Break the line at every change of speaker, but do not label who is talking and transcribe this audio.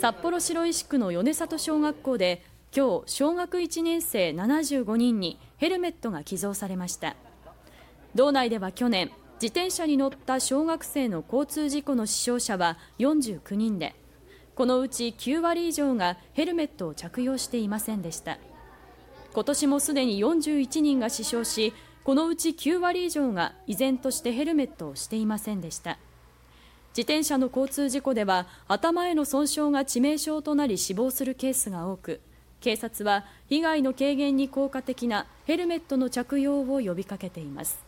札幌白石区の米里小学校で今日小学1年生75人にヘルメットが寄贈されました。道内では去年、自転車に乗った小学生の交通事故の死傷者は49人で、このうち9割以上がヘルメットを着用していませんでした。今年もすでに41人が死傷し、このうち9割以上が依然としてヘルメットをしていませんでした。自転車の交通事故では頭への損傷が致命傷となり死亡するケースが多く、警察は被害の軽減に効果的なヘルメットの着用を呼びかけています。